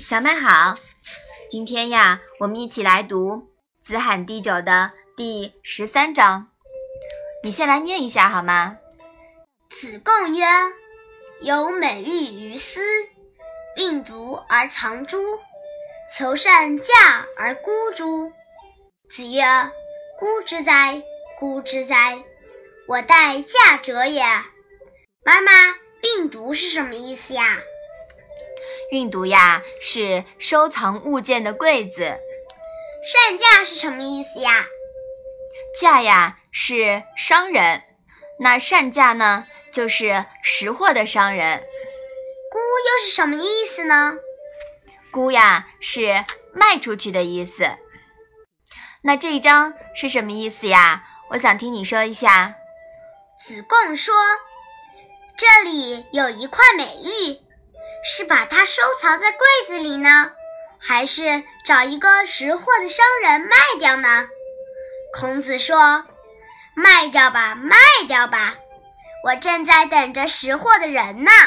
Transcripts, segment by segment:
小麦好，今天呀，我们一起来读《子罕第九》的第13章。你先来念一下好吗？ 子贡曰：有美玉于斯，病毒而藏诸，求善价而沽诸。子曰：沽之哉，沽之哉！我待价者也。妈妈，病毒是什么意思呀？ 运毒呀，是收藏物件的柜子。 善价是什么意思呀？ 价呀，是商人。那善价呢，就是识货的商人。 沽又是什么意思呢？ 沽呀，是卖出去的意思。那这一章是什么意思呀？我想听你说一下。 子贡说，这里有一块美玉，是把它收藏在柜子里呢，还是找一个识货的商人卖掉呢？孔子说，卖掉吧，卖掉吧，我正在等着识货的人呢。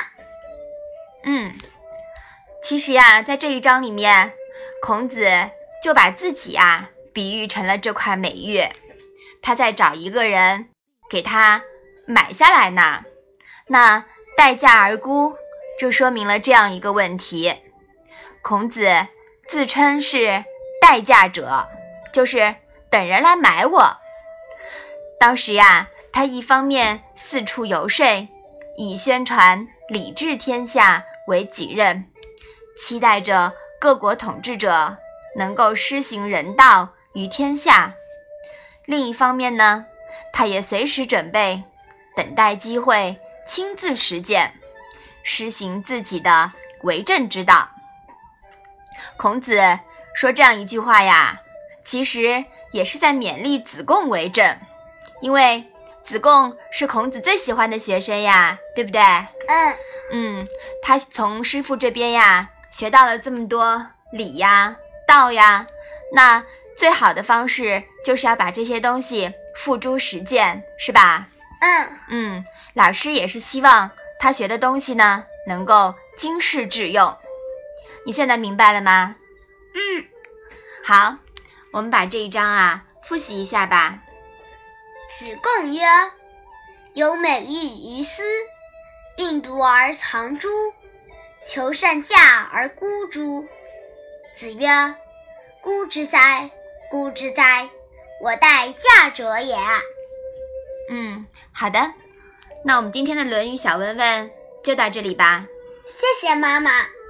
其实呀，在这一章里面，孔子就把自己呀比喻成了这块美玉，他在找一个人给他买下来呢。那待价而沽，就说明了这样一个问题。孔子自称是待价者，就是等人来买我。当时呀，他一方面四处游说，以宣传礼治天下为己任，期待着各国统治者能够施行人道于天下。另一方面呢，他也随时准备等待机会亲自实践，施行自己的为政之道。孔子说这样一句话呀，其实也是在勉励子贡为政，因为子贡是孔子最喜欢的学生呀，对不对？他从师父这边呀学到了这么多礼呀、道呀，那最好的方式就是要把这些东西付诸实践，是吧？老师也是希望他学的东西呢能够经世致用。你现在明白了吗？好，我们把这一章啊复习一下吧。 子贡曰：有美玉于斯，病毒而藏诸，求善价而沽诸。子曰：沽之哉，沽之哉！我待价者也。 好的，那我们今天的《论语》小问问就到这里吧。 谢谢妈妈。